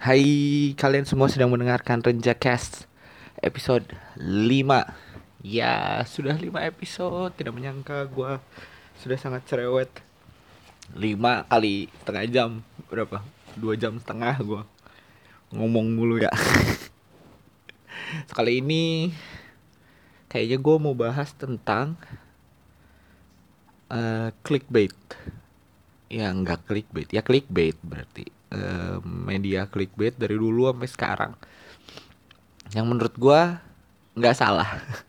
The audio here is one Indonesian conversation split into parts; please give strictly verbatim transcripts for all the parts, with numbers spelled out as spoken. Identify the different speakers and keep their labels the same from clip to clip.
Speaker 1: Hai, kalian semua sedang mendengarkan Renjacast episode lima. Ya, sudah lima episode. Tidak menyangka gue sudah sangat cerewet. Lima kali setengah jam. Berapa? Dua jam setengah gue ngomong mulu ya. Sekali ini kayaknya gue mau bahas tentang uh, clickbait. Ya nggak clickbait, ya clickbait berarti. Uh, media clickbait dari dulu sampai sekarang. Yang menurut gue nggak salah.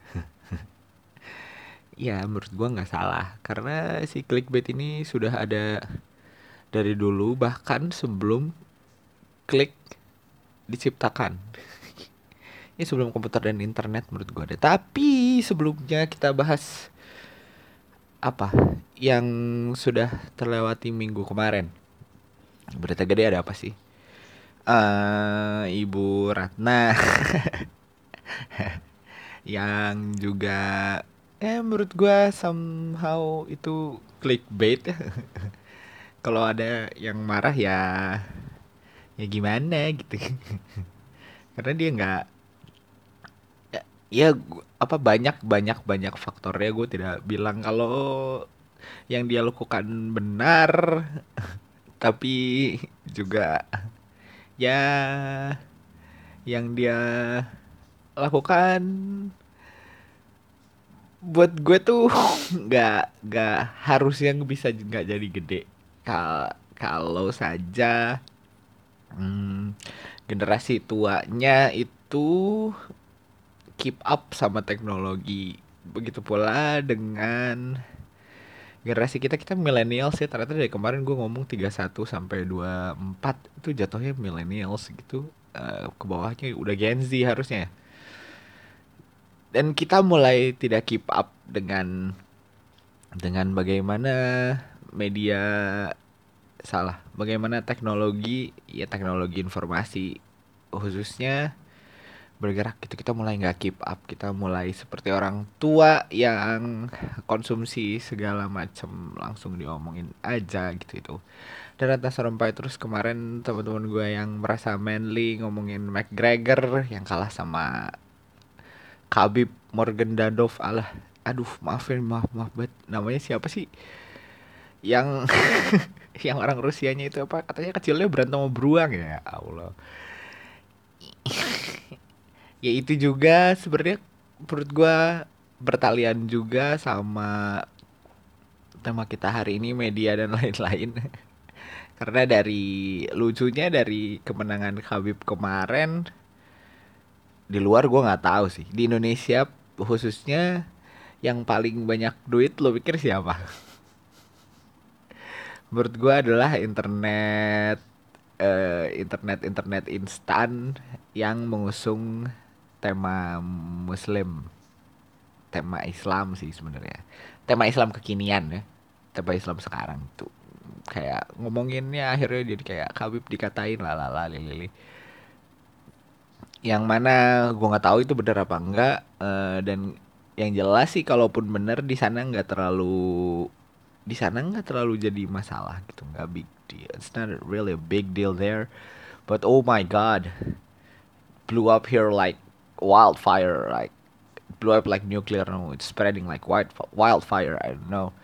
Speaker 1: Ya menurut gua nggak salah karena si clickbait ini sudah ada dari dulu bahkan sebelum klik diciptakan. Ini sebelum komputer dan internet menurut gua ada. Tapi sebelumnya kita bahas apa yang sudah terlewati minggu kemarin. Berita gede ada apa sih? Eh Ibu Ratna yang juga eh menurut gua somehow itu clickbait ya. Kalau ada yang marah ya ya gimana gitu. Karena dia nggak ya, ya gu- apa banyak banyak banyak faktornya, gue tidak bilang kalau yang dia lakukan benar, tapi juga ya yang dia lakukan buat gue tuh nggak nggak harusnya bisa nggak jadi gede. Kal- kalau saja hmm, generasi tuanya itu keep up sama teknologi. Begitu pula dengan generasi kita, kita millennials ya. Ternyata dari kemarin gue ngomong tiga puluh satu sampai dua puluh empat itu jatuhnya millennials gitu. Eh, ke bawahnya udah Gen Z harusnya. Dan kita mulai tidak keep up dengan dengan bagaimana media salah, bagaimana teknologi, ya teknologi informasi khususnya bergerak gitu. Kita mulai nggak keep up, kita mulai seperti orang tua yang konsumsi segala macam langsung diomongin aja gitu itu. Dan ratna sampai terus kemarin teman-teman gue yang merasa manly ngomongin McGregor yang kalah sama Khabib Morgan alah, aduh maafin maaf maaf banget, namanya siapa sih yang yang orang Rusianya itu, apa katanya kecilnya berantem sama beruang ya Allah. Ya itu juga sebenarnya menurut gua bertalian juga sama tema kita hari ini, media dan lain-lain. Karena dari lucunya dari kemenangan Khabib kemarin, di luar gua nggak tahu sih. Di Indonesia khususnya yang paling banyak duit lo pikir siapa? Menurut gua adalah internet eh, internet internet instan yang mengusung tema Muslim, tema Islam sih sebenarnya, tema Islam kekinian ya, tema Islam sekarang tuh kayak ngomonginnya akhirnya jadi kayak Khabib dikatain lalala lili, yang mana gua nggak tahu itu benar apa enggak. Eh, dan yang jelas sih kalaupun bener di sana nggak terlalu di sana nggak terlalu jadi masalah gitu, nggak big deal, it's not really a big deal there, but oh my god, blew up here like wildfire, like blew up like nuclear. No, it's spreading like wild wildfire. I don't know.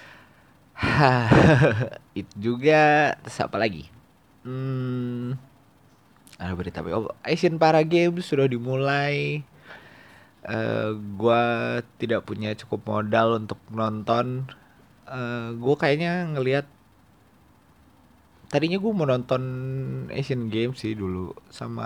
Speaker 1: Itu juga. Terus apa lagi? Hmm, ada berita apa? Oh, Asian Para Games sudah dimulai. Eh, gua tidak punya cukup modal untuk nonton. Eh, gua kayaknya ngelihat, tadinya gue mau nonton Asian Games sih dulu sama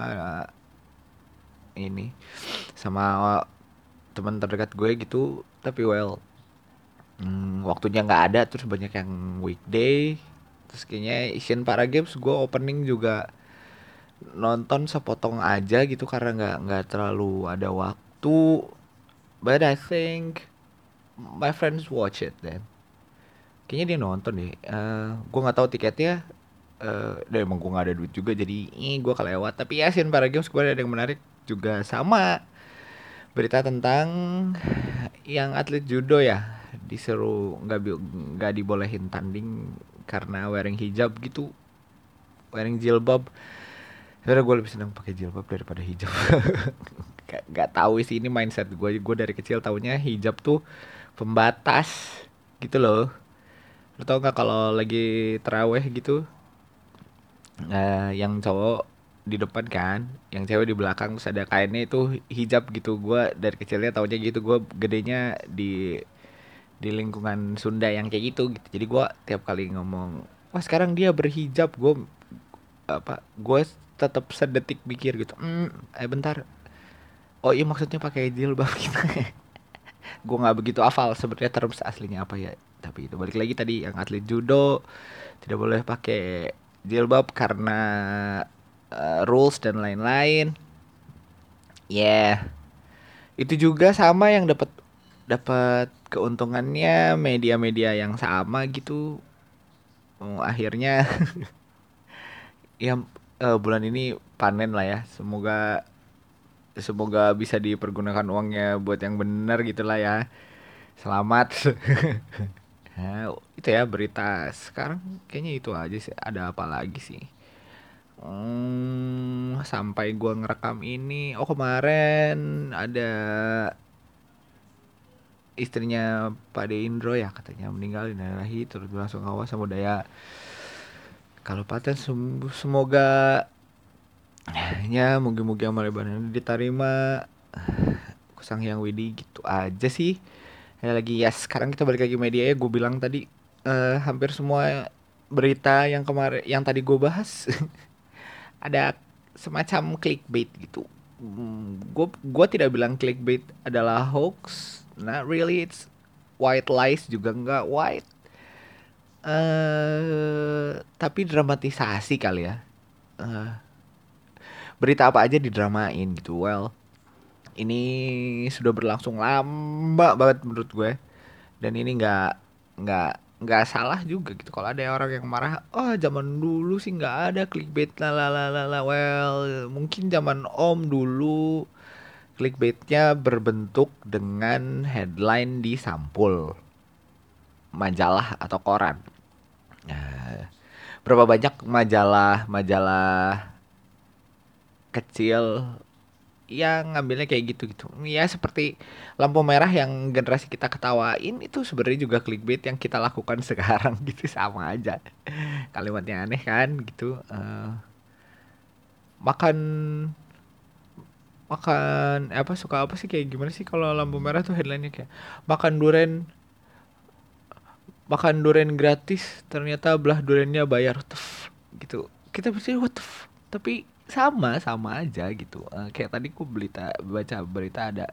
Speaker 1: ini, sama teman terdekat gue gitu, tapi well, hmm, waktunya nggak ada, terus banyak yang weekday. Terus kayaknya Asian Para Games gue opening juga nonton sepotong aja gitu karena nggak nggak terlalu ada waktu. But I think my friends watch it then. Kayaknya dia nonton deh. Eh gue nggak tahu tiketnya. Eh dan emang gue nggak ada duit juga jadi ini gue kelewat. Tapi Asian Para Games gue ada yang menarik juga, sama berita tentang yang atlet judo ya, disuruh nggak bi- nggak dibolehin tanding karena wearing hijab gitu, wearing jilbab. Sebenarnya gue lebih senang pakai jilbab daripada hijab. Gak, gak tahu sih, ini mindset gue. Gue dari kecil taunya hijab tuh pembatas gitu loh. Lo tau nggak kalau lagi teraweh gitu, eh, yang cowok di depan kan, yang cewek di belakang, terus ada kainnya itu hijab gitu. Gue dari kecilnya taunya gitu. Gue gedenya di di lingkungan Sunda yang kayak gitu gitu. Jadi gue tiap kali ngomong, wah sekarang dia berhijab, gue apa gue tetap sedetik mikir gitu, hmm, eh bentar, oh iya maksudnya pakai jilbab gitu. Gue nggak begitu hafal sebenarnya terms aslinya apa ya, tapi itu balik lagi tadi yang atlet judo tidak boleh pakai jilbab karena uh, rules dan lain-lain. Ya, yeah. Itu juga sama yang dapat dapat keuntungannya media-media yang sama gitu. Oh, akhirnya ya, eh, bulan ini panen lah ya. Semoga semoga bisa dipergunakan uangnya buat yang benar gitulah ya. Selamat. Nah, itu ya berita sekarang, kayaknya itu aja sih. Ada apa lagi sih? Hmm, sampai gua ngerekam ini, oh kemarin ada istrinya Pak De Indro ya katanya meninggal di Narahi, terus langsung awas sama daya. Kalau paten sem- semoga ya moga-moga amal ibadahnya diterima Sang Hyang Widi, gitu aja sih. Ya lagi ya, sekarang kita balik lagi media ya, gue bilang tadi eh, hampir semua berita yang kemarin yang tadi gue bahas ada semacam clickbait gitu. Gue gue tidak bilang clickbait adalah hoax, not really, it's white lies juga enggak white, eh tapi dramatisasi kali ya. Eh, berita apa aja didramain gitu. Well, ini sudah berlangsung lama banget menurut gue, dan ini nggak nggak nggak salah juga gitu kalau ada orang yang marah, oh zaman dulu sih nggak ada clickbait lah lah lah lah lah. Well, mungkin zaman om dulu clickbaitnya berbentuk dengan headline di sampul majalah atau koran. Nah, berapa banyak majalah majalah kecil yang ngambilnya kayak gitu gitu ya, seperti lampu merah yang generasi kita ketawain itu sebenarnya juga clickbait yang kita lakukan sekarang gitu, sama aja kalimatnya aneh kan gitu. Eh, makan makan apa suka apa sih, kayak gimana sih kalau lampu merah tuh headlinenya kayak makan duren makan duren gratis ternyata belah durennya bayar, tef, gitu kita pasti what the f-? Tapi sama sama aja gitu. Eh, kayak tadi ku berita baca berita ada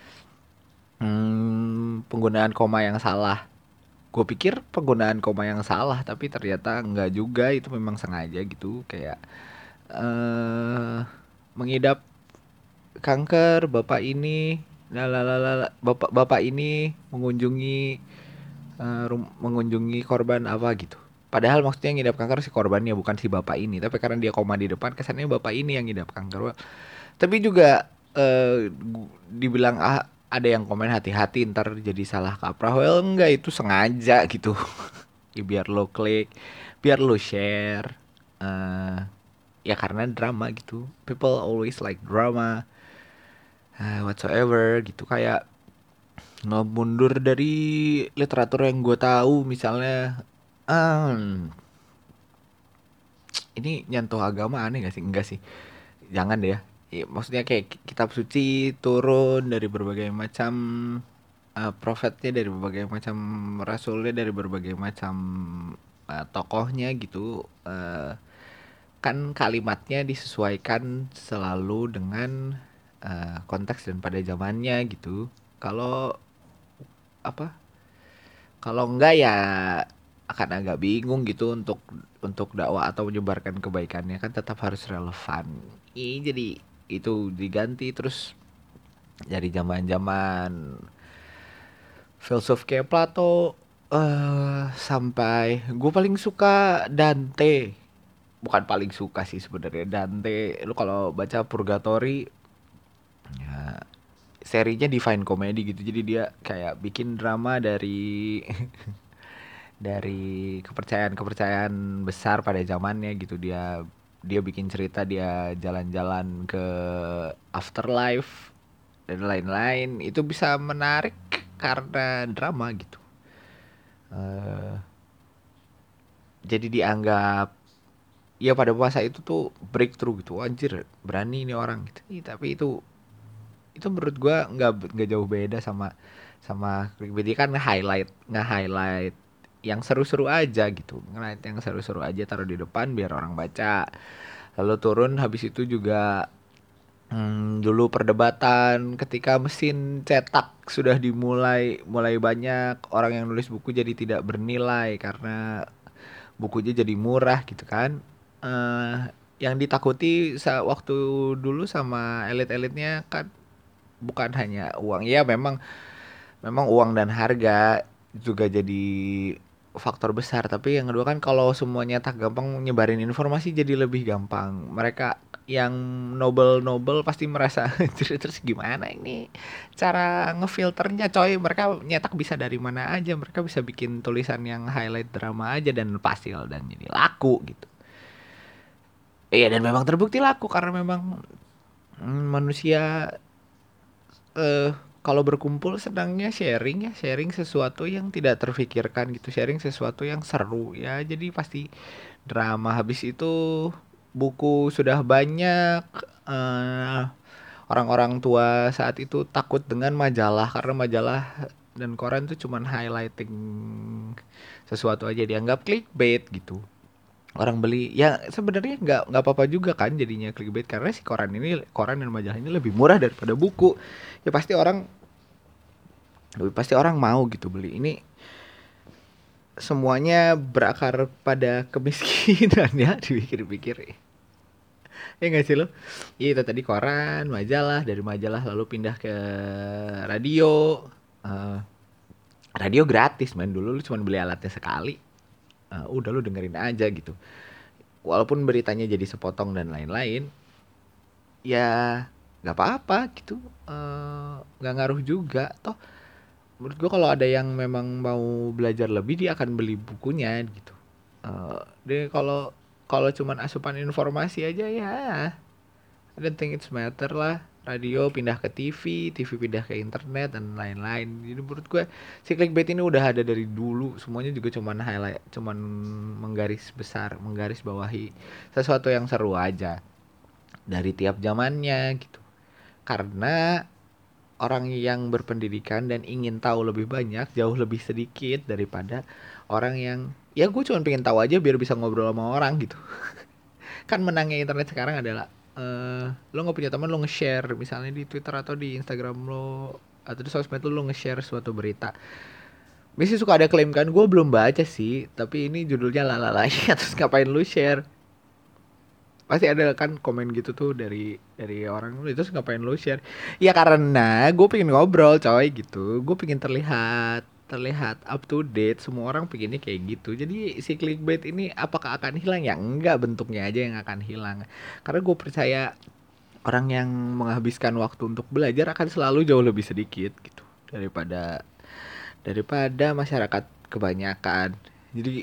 Speaker 1: Hmm, penggunaan koma yang salah. Gue pikir penggunaan koma yang salah, tapi ternyata enggak juga. Itu memang sengaja gitu. Kayak eh mengidap kanker bapak ini, lalalala, bapak bapak ini mengunjungi eh, rum- mengunjungi korban apa gitu. Padahal maksudnya yang ngidap kanker si korbannya, bukan si bapak ini. Tapi karena dia koma di depan, kesannya bapak ini yang ngidap kanker. Tapi juga eh, gu- dibilang ah, ada yang komen hati-hati ntar jadi salah kaprah. Well, enggak, itu sengaja gitu. Ya biar lo klik, biar lo share. eh ya karena drama gitu. People always like drama, eh, whatsoever gitu. Kayak nggak mundur dari literatur yang gue tahu, misalnya, hmm, ini nyentuh agama aneh gak sih? Enggak sih. Jangan deh ya. Ya, maksudnya kayak kitab suci turun dari berbagai macam eh, profetnya, dari berbagai macam rasulnya, dari berbagai macam eh, tokohnya gitu. Eh, kan kalimatnya disesuaikan selalu dengan eh, konteks dan pada zamannya gitu. Kalau apa? Kalau enggak ya akan agak bingung gitu untuk untuk dakwah atau menyebarkan kebaikannya, kan tetap harus relevan. Ini jadi itu diganti terus dari zaman-zaman filsuf kayak Plato, eh sampai gue paling suka Dante. Bukan paling suka sih sebenarnya Dante. Lu kalau baca Purgatory, ya, serinya Divine Comedy gitu. Jadi dia kayak bikin drama dari dari kepercayaan-kepercayaan besar pada zamannya gitu. Dia dia bikin cerita dia jalan-jalan ke afterlife dan lain-lain, itu bisa menarik karena drama gitu. Eh, jadi dianggap ya pada masa itu tuh breakthrough gitu, anjir berani ini orang gitu. Ih, tapi itu itu menurut gua nggak nggak jauh beda sama sama clickbait. Dia kan nge-highlight nge-highlight yang seru-seru aja gitu, nge-highlight yang seru-seru aja taruh di depan biar orang baca, lalu turun. Habis itu juga hmm, dulu perdebatan ketika mesin cetak sudah dimulai mulai banyak orang yang nulis buku jadi tidak bernilai karena bukunya jadi murah gitu kan. eh yang ditakuti sa- waktu dulu sama elit-elitnya kan bukan hanya uang. Ya memang memang uang dan harga juga jadi faktor besar, tapi yang kedua kan kalau semuanya tak gampang, nyebarin informasi jadi lebih gampang. Mereka yang nobel-nobel pasti merasa "Terus terus gimana ini cara ngefilternya coy, mereka nyetak bisa dari mana aja, mereka bisa bikin tulisan yang highlight drama aja dan pasti dan jadi laku gitu." Iya, dan memang terbukti laku karena memang mm, manusia eh kalau berkumpul senangnya sharing ya, sharing sesuatu yang tidak terfikirkan gitu, sharing sesuatu yang seru ya, jadi pasti drama. Habis itu buku sudah banyak, eh orang-orang tua saat itu takut dengan majalah karena majalah dan koran tuh cuman highlighting sesuatu aja, dianggap clickbait gitu. Orang beli ya, sebenarnya nggak nggak apa-apa juga kan jadinya clickbait karena si koran ini koran dan majalah ini lebih murah daripada buku. Ya pasti orang pasti orang mau gitu beli ini. Semuanya berakar pada kemiskinan ya, dipikir-pikir ya nggak sih lo. Ya itu tadi koran majalah, dari majalah lalu pindah ke radio. Eh, radio gratis main dulu, lu cuma beli alatnya sekali. Eh, udah lu dengerin aja gitu, walaupun beritanya jadi sepotong dan lain-lain ya nggak apa-apa gitu. Eh, nggak ngaruh juga toh. Menurut gua kalau ada yang memang mau belajar lebih dia akan beli bukunya gitu. Eh, dia kalau kalau cuman asupan informasi aja ya I don't think it's matter lah. Radio pindah ke T V, T V pindah ke internet dan lain-lain. Jadi menurut gue si clickbait ini udah ada dari dulu. Semuanya juga cuman highlight, cuman menggaris besar, menggaris bawahi sesuatu yang seru aja dari tiap zamannya gitu. Karena orang yang berpendidikan dan ingin tahu lebih banyak jauh lebih sedikit daripada orang yang ya gue cuma pengen tahu aja biar bisa ngobrol sama orang gitu. Kan menangnya internet sekarang adalah eh lo nggak punya teman, lo nge-share misalnya di Twitter atau di Instagram lo atau di sosmed lo, lo nge-share suatu berita. Biasanya suka ada klaim kan, gue belum baca sih tapi ini judulnya lalalai terus ngapain lu share. Pasti ada kan komen gitu tuh dari dari orang itu, terus ngapain lu share. Ya karena gue pengen ngobrol coy gitu, gue pengen terlihat terlihat up to date. Semua orang pengennya kayak gitu. Jadi si clickbait ini apakah akan hilang? Ya enggak, bentuknya aja yang akan hilang. Karena gue percaya orang yang menghabiskan waktu untuk belajar akan selalu jauh lebih sedikit gitu daripada daripada masyarakat kebanyakan. Jadi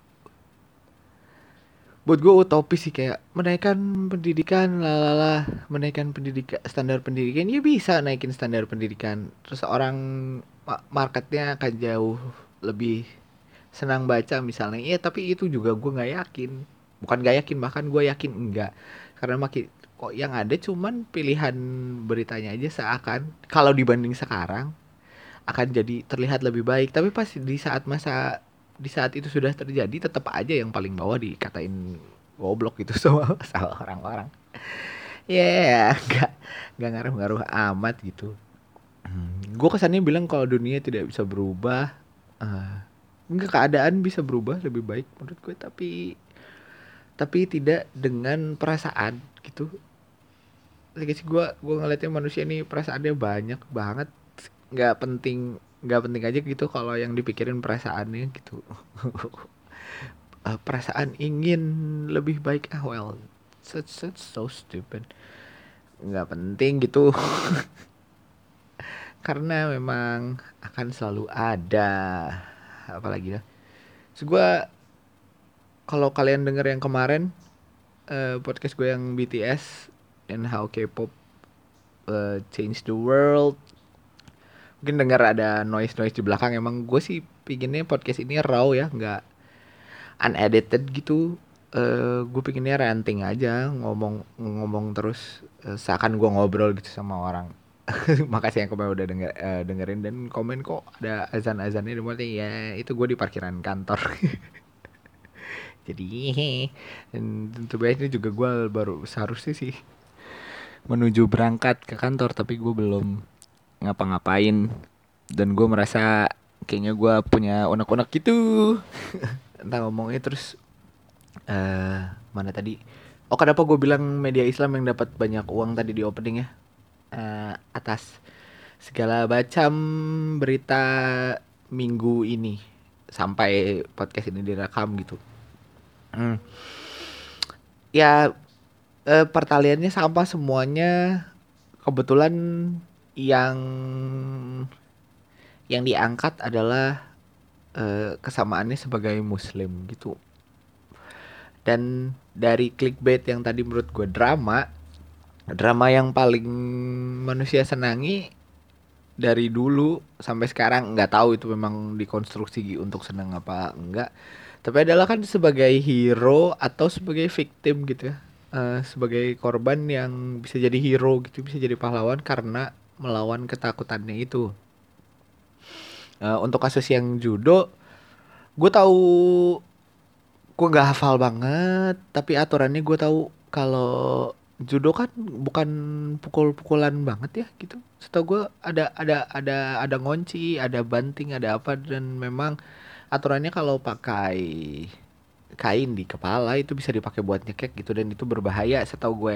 Speaker 1: buat gue utopis sih kayak menaikkan pendidikan lalala, menaikkan pendidikan, standar pendidikan. Ya bisa naikin standar pendidikan terus orang ma- marketnya akan jauh lebih senang baca misalnya. Ya tapi itu juga gue nggak yakin, bukan nggak yakin, bahkan gue yakin enggak. Karena makin kok yang ada cuman pilihan beritanya aja seakan kalau dibanding sekarang akan jadi terlihat lebih baik, tapi pas di saat masa di saat itu sudah terjadi tetap aja yang paling bawah dikatain goblok gitu sama sama orang-orang. Ya yeah, nggak nggak ngaruh-ngaruh amat gitu. Hmm, gue kesannya bilang kalau dunia tidak bisa berubah, eh nggak, keadaan bisa berubah lebih baik menurut gue, tapi tapi tidak dengan perasaan gitu. Lagi sih gue gue ngeliatnya manusia ini perasaannya banyak banget, nggak penting nggak penting aja gitu kalau yang dipikirin perasaannya gitu. Eh, perasaan ingin lebih baik, ah well, such such so stupid, nggak penting gitu. Karena memang akan selalu ada, apalagi ya. Terus gue kalau kalian denger yang kemarin eh, podcast gue yang B T S and how K-pop uh, change the world. Mungkin dengar ada noise-noise di belakang. Emang gue sih pinginnya podcast ini raw ya, nggak unedited gitu. Eh gue pinginnya ranting aja, ngomong ngomong terus eh, seakan gue ngobrol gitu sama orang. Makasih yang kemarin udah denger, eh, dengerin dan komen kok ada azan-azannya di mana ya, itu gue di parkiran kantor. Jadi dan tentu ini juga gue baru seharusnya sih menuju berangkat ke kantor tapi gue belum ngapa-ngapain dan gue merasa kayaknya gue punya unek-unek gitu. Entah ngomongnya terus eh mana tadi? Oh, kenapa gue bilang media Islam yang dapat banyak uang tadi di opening ya? Eh, atas segala macam berita minggu ini sampai podcast ini direkam gitu. Hmm. Ya eh, pertaliannya sama semuanya. Kebetulan yang yang diangkat adalah eh, kesamaannya sebagai muslim gitu. Dan dari clickbait yang tadi menurut gue drama, drama yang paling manusia senangi dari dulu sampai sekarang, nggak tahu itu memang dikonstruksi untuk senang apa enggak. Tapi adalah kan sebagai hero atau sebagai victim gitu ya. Eh, sebagai korban yang bisa jadi hero gitu, bisa jadi pahlawan karena melawan ketakutannya itu. Eh, untuk kasus yang judo, gue tahu gue nggak hafal banget, tapi aturannya gue tahu kalau judo kan bukan pukul-pukulan banget ya gitu. Setahu gue ada ada ada ada ngunci, ada banting, ada apa dan memang aturannya kalau pakai kain di kepala itu bisa dipakai buat nyekek gitu dan itu berbahaya setahu gue.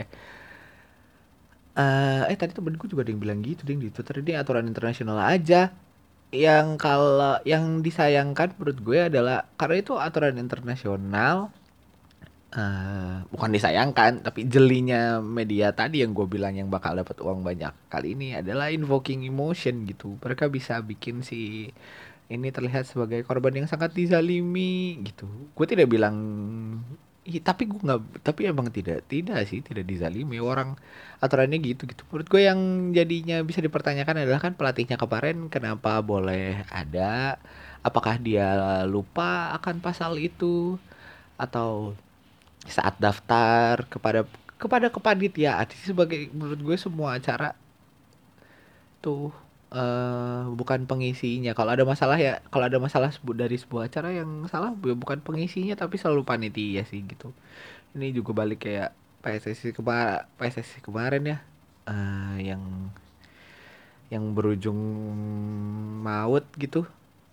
Speaker 1: Eh eh tadi temenku juga ada yang bilang gitu ding di Twitter, ini aturan internasional aja. Yang kalau yang disayangkan menurut gue adalah karena itu aturan internasional. Eh, bukan disayangkan, tapi jelinya media tadi yang gue bilang yang bakal dapat uang banyak kali ini adalah invoking emotion gitu. Mereka bisa bikin si ini terlihat sebagai korban yang sangat dizalimi gitu. Gue tidak bilang, ih, tapi gue nggak, tapi emang tidak, tidak sih, tidak dizalimi orang, aturannya gitu gitu. Menurut gue yang jadinya bisa dipertanyakan adalah kan pelatihnya kemarin kenapa boleh ada? Apakah dia lupa akan pasal itu? Atau saat daftar kepada kepada kepanitiaan sih sebagai menurut gue semua acara tuh eh bukan pengisinya. Kalau ada masalah ya kalau ada masalah sebu- dari sebuah acara yang salah bu- bukan pengisinya tapi selalu panitia sih gitu. Ini juga balik kayak P S S I kemarin P S S I kemarin ya eh yang yang berujung maut gitu.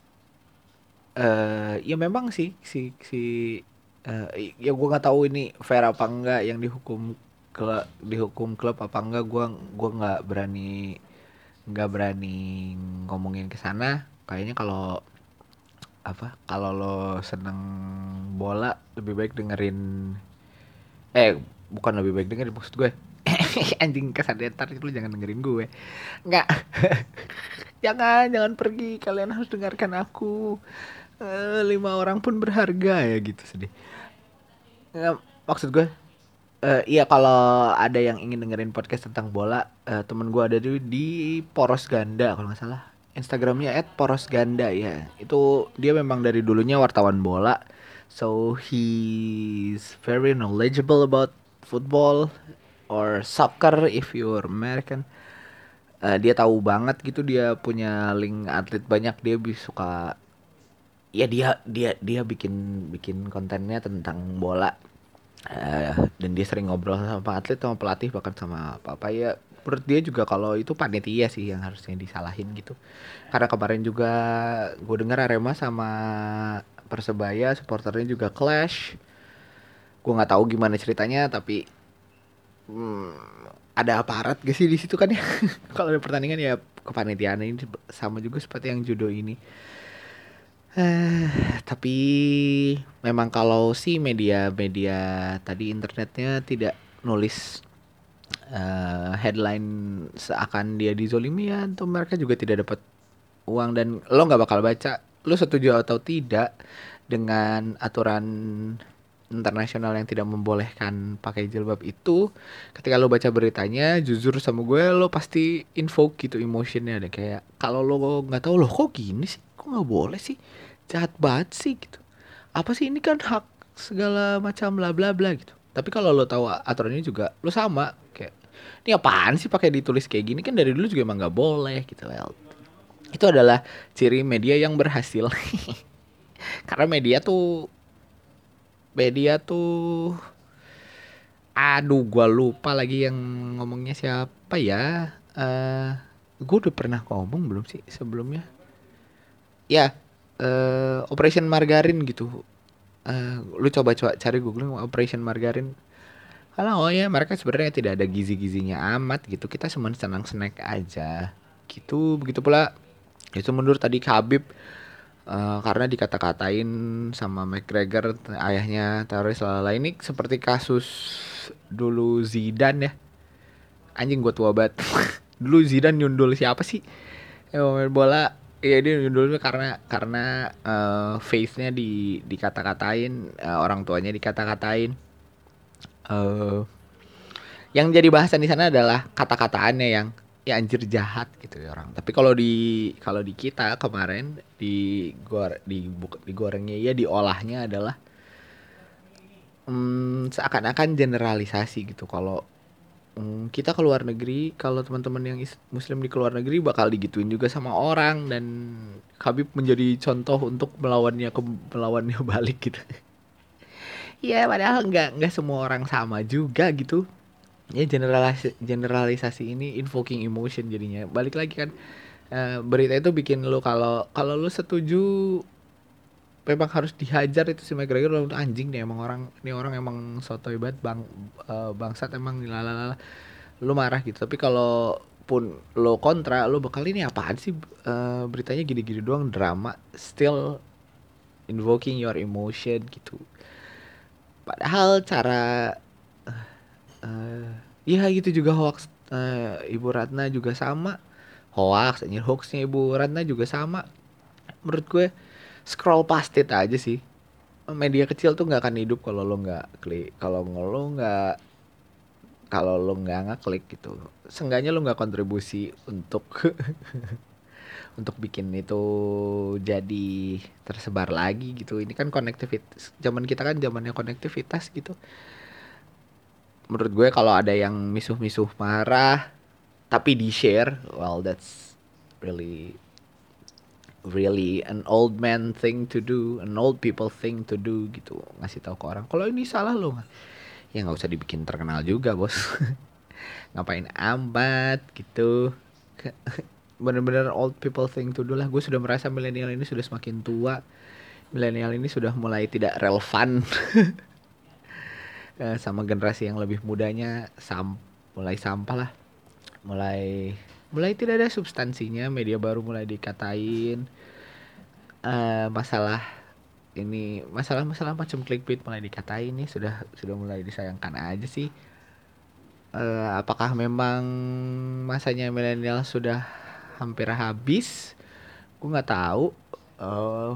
Speaker 1: Eh ya memang sih si si eh ya gue nggak tahu ini fair apa enggak yang dihukum ke dihukum klub apa enggak, gue gua nggak berani nggak berani ngomongin ke sana. Kayaknya kalau apa kalau lo seneng bola lebih baik dengerin eh bukan lebih baik dengerin maksud gue anjing kesan ntar itu jangan dengerin gue nggak. Jangan jangan pergi, kalian harus dengarkan aku. Eh, lima orang pun berharga ya gitu sedih. Nggak, maksud gue eh, iya kalau ada yang ingin dengerin podcast tentang bola, eh, temen gue ada di, di Poros Ganda kalau nggak salah. Instagramnya at Poros Ganda ya. Itu dia memang dari dulunya wartawan bola. So he's very knowledgeable about football or soccer if you're American. Eh, dia tahu banget gitu, dia punya link atlet banyak, dia bisa suka ya dia dia dia bikin bikin kontennya tentang bola. Eh, dan dia sering ngobrol sama atlet sama pelatih bahkan sama apa-apa ya. Menurut dia juga kalau itu panitia sih yang harusnya disalahin gitu. Karena kemarin juga gue dengar Arema sama Persebaya supporternya juga clash. Gue nggak tahu gimana ceritanya tapi hmm, ada aparat gak sih di situ kan ya. Kalau ada pertandingan ya kepanitiaan ini sama juga seperti yang judo ini. Eh, tapi memang kalau si media-media tadi internetnya tidak nulis eh, headline seakan dia dizolimi ya, atau mereka juga tidak dapat uang dan lo nggak bakal baca lo setuju atau tidak dengan aturan internasional yang tidak membolehkan pakai jilbab itu, ketika lo baca beritanya, jujur sama gue, lo pasti invoke gitu emotionnya deh, kayak kalau lo nggak tahu loh kok gini sih, kok nggak boleh sih, jahat banget sih gitu. Apa sih ini kan hak segala macam bla bla bla gitu. Tapi kalau lo tahu aturannya juga, lo sama kayak ini apaan sih pakai ditulis kayak gini kan dari dulu juga emang nggak boleh gitu. Well, itu adalah ciri media yang berhasil. Karena media tuh media tuh aduh gua lupa lagi yang ngomongnya siapa ya. Eh gua udah pernah ngomong belum sih sebelumnya? Ya, eh Operation Margarin gitu. Eh lu coba coba cari googling Operation Margarin. Kalau oh ya mereka sebenarnya tidak ada gizi-gizinya amat gitu. Kita cuma senang snack aja. Gitu, begitu pula itu menurut tadi Khabib eh, karena dikata-katain sama McGregor ayahnya teroris lalala ini seperti kasus dulu Zidane ya. Anjing gue tua banget. Dulu Zidane nyundul siapa sih? Eh main bola. Iya dia nyundulnya karena karena eh, face-nya di dikata-katain, eh, orang tuanya dikata-katain. Eh yang jadi bahasan di sana adalah kata-kataannya yang ya anjir jahat gitu ya orang. Tapi kalau di kalau di kita kemarin di gor di buk- digorengnya ya diolahnya adalah mm, seakan-akan generalisasi gitu. Kalau mm, kita ke luar negeri, kalau teman-teman yang is- muslim di luar negeri bakal digituin juga sama orang dan Habib menjadi contoh untuk melawannya ke melawannya balik gitu. Ya padahal nggak nggak semua orang sama juga gitu. Ya generalisasi generalisasi ini invoking emotion jadinya balik lagi kan, eh, berita itu bikin lu kalau kalau lu setuju memang harus dihajar itu si McGregor lu anjing nih emang orang ini orang emang sotoy banget bang, eh, bangsat emang lalala lu marah gitu. Tapi kalau pun lo kontra lo bakal ini apaan sih, eh, beritanya gini-gini doang drama still invoking your emotion gitu. Padahal cara eh iya gitu juga hoax, eh, Ibu Ratna juga sama. Hoax, anjir hoaxnya Ibu Ratna juga sama. Menurut gue scroll past it aja sih. Media kecil tuh nggak akan hidup kalau lo nggak klik, kalau lo nggak kalau lo nggak ngeklik gitu. Seenggaknya lo nggak kontribusi untuk untuk bikin itu jadi tersebar lagi gitu. Ini kan konektivitas. Zaman kita kan zamannya konektivitas gitu. Menurut gue kalau ada yang misuh-misuh marah tapi di share, well that's really really an old man thing to do, an old people thing to do gitu. Ngasih tahu ke orang kalau ini salah lo. Ya nggak usah dibikin terkenal juga bos. Ngapain amat gitu. Bener-bener old people thing to do lah. Gue sudah merasa milenial ini sudah semakin tua. Milenial ini sudah mulai tidak relevan eh, sama generasi yang lebih mudanya. Sam mulai sampah lah, mulai mulai tidak ada substansinya. Media baru mulai dikatain eh masalah ini, masalah-masalah macam clickbait mulai dikatain nih, sudah sudah mulai disayangkan aja sih. Eh, apakah memang masanya milenial sudah hampir habis? Gue nggak tahu. Eh,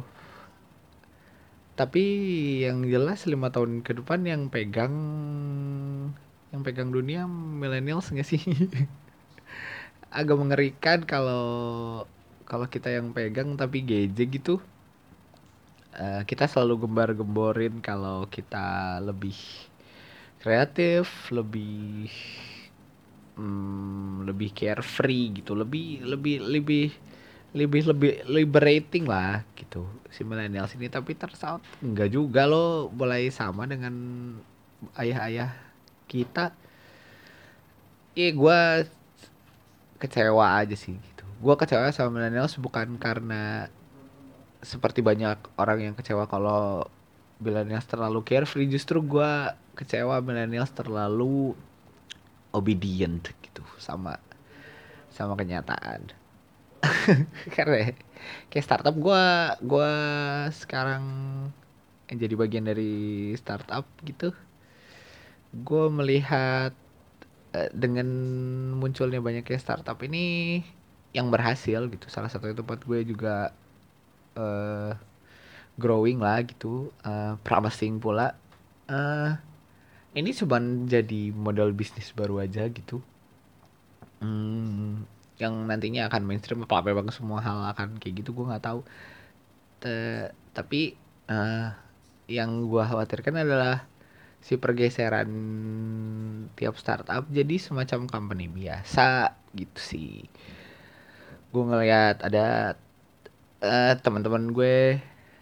Speaker 1: tapi yang jelas lima tahun ke depan yang pegang yang pegang dunia millennials nggak sih? Agak mengerikan kalau kalau kita yang pegang tapi geje gitu. Eh, kita selalu gembar-gemborin kalau kita lebih kreatif, lebih mm, lebih carefree gitu, lebih lebih lebih lebih lebih liberating lah gitu si millennials ini. Tapi tersaut enggak juga lo mulai sama dengan ayah-ayah kita. Iya gue kecewa aja sih gitu. Gue kecewa sama millennials bukan karena seperti banyak orang yang kecewa kalau millennials terlalu carefree. Justru gue kecewa millennials terlalu obedient gitu sama sama kenyataan. Karena kayak startup gue gue sekarang yang jadi bagian dari startup gitu, gue melihat eh, dengan munculnya banyaknya startup ini yang berhasil gitu. Salah satu tempat gue juga eh, growing lah gitu, eh, promising pula. eh ini cuman jadi modal bisnis baru aja gitu. Hmm, yang nantinya akan mainstream apa memang semua hal akan kayak gitu gue nggak tahu. Te- tapi eh yang gue khawatirkan adalah si pergeseran tiap startup jadi semacam company biasa gitu sih. Gue ngeliat ada eh, teman-teman gue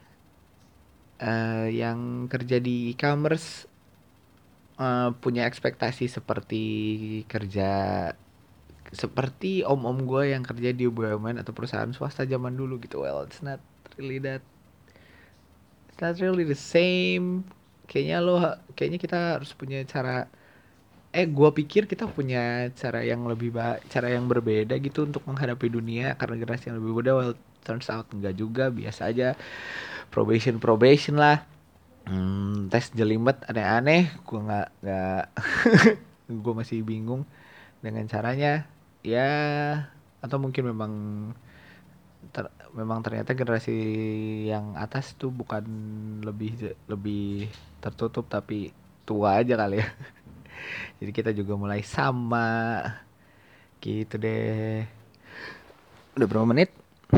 Speaker 1: eh, yang kerja di e-commerce eh, punya ekspektasi seperti kerja seperti om-om gue yang kerja di B U M N atau perusahaan swasta zaman dulu gitu. Well, it's not really that, it's not really the same. Kayaknya lo, kayaknya kita harus punya cara. Eh, gue pikir kita punya cara yang lebih ba cara yang berbeda gitu untuk menghadapi dunia karena generasi yang lebih muda. Well, turns out enggak juga, biasa aja. Probation probation lah. Hmm, tes jelimet aneh-aneh. Gue nggak nggak, gue masih bingung dengan caranya. Ya, atau mungkin memang ter- memang ternyata generasi yang atas tuh bukan lebih lebih tertutup tapi tua aja kali ya. Jadi kita juga mulai sama gitu deh. Udah berapa menit?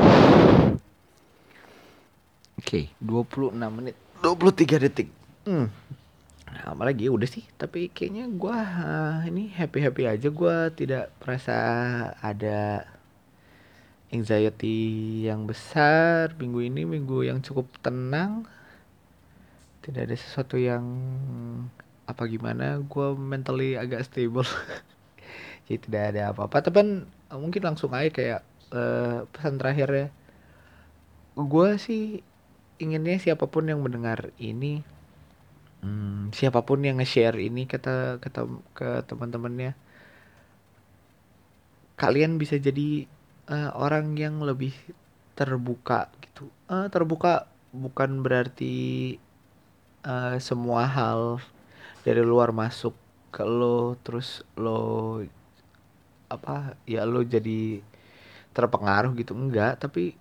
Speaker 1: Oke, dua puluh enam menit. Dua puluh tiga detik. Hmm. Nah, apa lagi udah sih, tapi kayaknya gua uh, ini happy-happy aja, gua tidak merasa ada anxiety yang besar minggu ini, minggu yang cukup tenang. Tidak ada sesuatu yang apa gimana, gue mentally agak stable. Jadi tidak ada apa-apa, teman. Mungkin langsung aja kayak eh, pesan terakhirnya. Gue sih inginnya siapapun yang mendengar ini, hmm, siapapun yang nge-share ini kata kata ke teman-temannya, kalian bisa jadi eh, orang yang lebih terbuka gitu. Eh, terbuka bukan berarti eh, semua hal dari luar masuk ke lo terus lo apa ya lo jadi terpengaruh gitu, enggak, tapi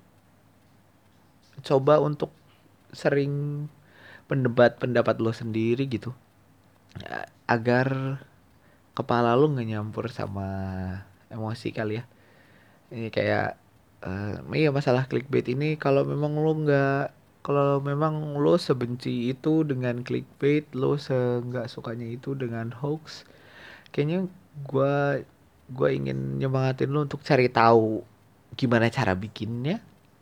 Speaker 1: coba untuk sering pendebat pendapat lo sendiri gitu. A- agar kepala lo nggak nyampur sama emosi kali ya. Ini kayak eh iya masalah clickbait ini, kalau memang lo nggak, kalau memang lo sebenci itu dengan clickbait, lo se nggak sukanya itu dengan hoax, kayaknya gua gua ingin nyemangatin lo untuk cari tahu gimana cara bikinnya,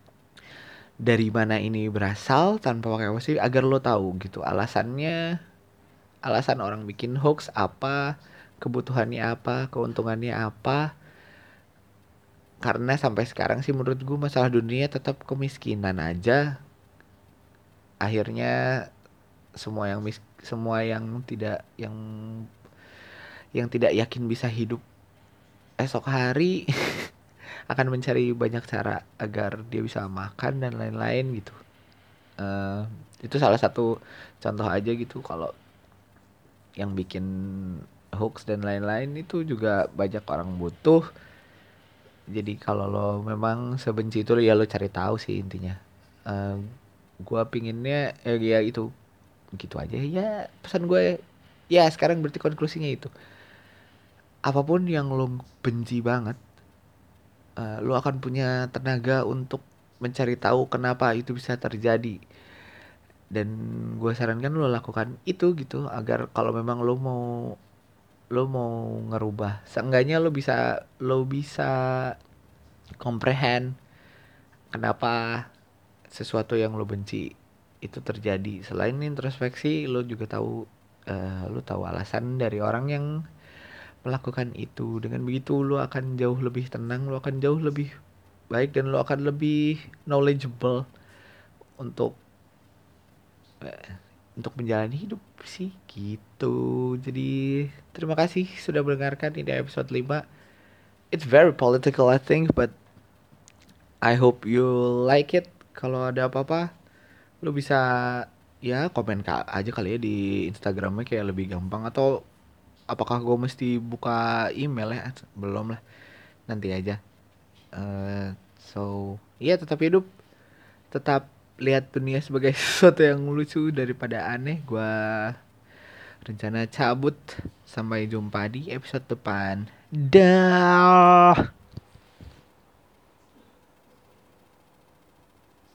Speaker 1: dari mana ini berasal tanpa pakai emosi, agar lo tahu gitu alasannya, alasan orang bikin hoax apa, kebutuhannya apa, keuntungannya apa. Karena sampai sekarang sih menurut gue masalah dunia tetap kemiskinan aja. Akhirnya semua yang mis semua yang tidak yang yang tidak yakin bisa hidup esok hari akan mencari banyak cara agar dia bisa makan dan lain-lain gitu. Eh, itu salah satu contoh aja gitu. Kalau yang bikin hoax dan lain-lain itu juga banyak orang butuh. Jadi kalau lo memang sebenci itu ya lo cari tahu sih intinya. Eh, gua pinginnya eh, ya itu gitu aja ya pesan gue. Ya sekarang berarti konklusinya itu, apapun yang lo benci banget, eh, lo akan punya tenaga untuk mencari tahu kenapa itu bisa terjadi. Dan gue sarankan lo lakukan itu gitu, agar kalau memang lo mau lo mau ngerubah, seenggaknya lo bisa lo bisa comprehend kenapa sesuatu yang lo benci itu terjadi. Selain introspeksi, lo juga tahu eh, lo tahu alasan dari orang yang melakukan itu. Dengan begitu lo akan jauh lebih tenang, lo akan jauh lebih baik, dan lo akan lebih knowledgeable untuk eh, untuk menjalani hidup sih gitu. Jadi terima kasih sudah mendengarkan ini episode lima. It's very political I think, but I hope you like it. Kalau ada apa-apa lu bisa ya komen ka- aja kali ya di Instagramnya, kayak lebih gampang. Atau apakah gue mesti buka email ya? Belum lah, nanti aja. Eh, so iya, tetap hidup, tetap lihat dunia sebagai sesuatu yang lucu daripada aneh. Gua Rencana cabut. Sampai jumpa di episode depan. Dah.